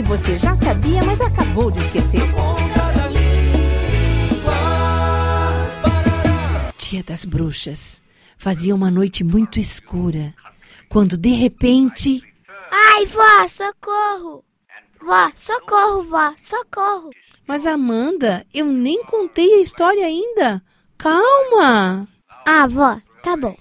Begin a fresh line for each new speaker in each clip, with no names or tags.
você já sabia, mas acabou de esquecer. Dia das Bruxas. Fazia uma noite muito escura, quando de repente...
Ai, vó, socorro! Vó, socorro, vó, socorro!
Mas Amanda, eu nem contei a história ainda. Calma!
Ah, vó, tá bom.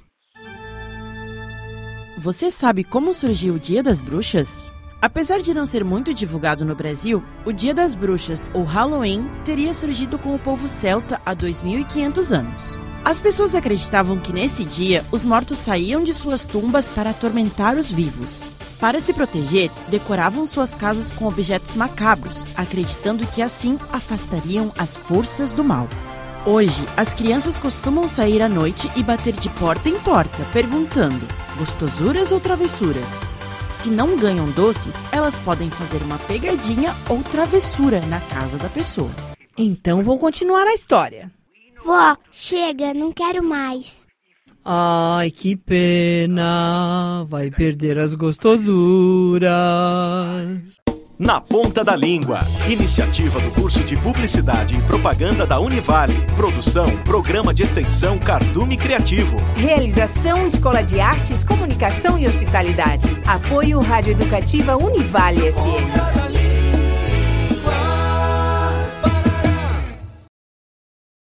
Você sabe como surgiu o Dia das Bruxas? Apesar de não ser muito divulgado no Brasil, o Dia das Bruxas, ou Halloween, teria surgido com o povo celta há 2.500 anos. As pessoas acreditavam que nesse dia, os mortos saíam de suas tumbas para atormentar os vivos. Para se proteger, decoravam suas casas com objetos macabros, acreditando que assim afastariam as forças do mal. Hoje, as crianças costumam sair à noite e bater de porta em porta, perguntando: gostosuras ou travessuras? Se não ganham doces, elas podem fazer uma pegadinha ou travessura na casa da pessoa.
Então vou continuar a história.
Vó, chega, não quero mais.
Ai, que pena, vai perder as gostosuras.
Na Ponta da Língua, iniciativa do curso de Publicidade e Propaganda da Univale. Produção, Programa de Extensão Cardume Criativo.
Realização, Escola de Artes, Comunicação e Hospitalidade. Apoio, Rádio Educativa Univale FM.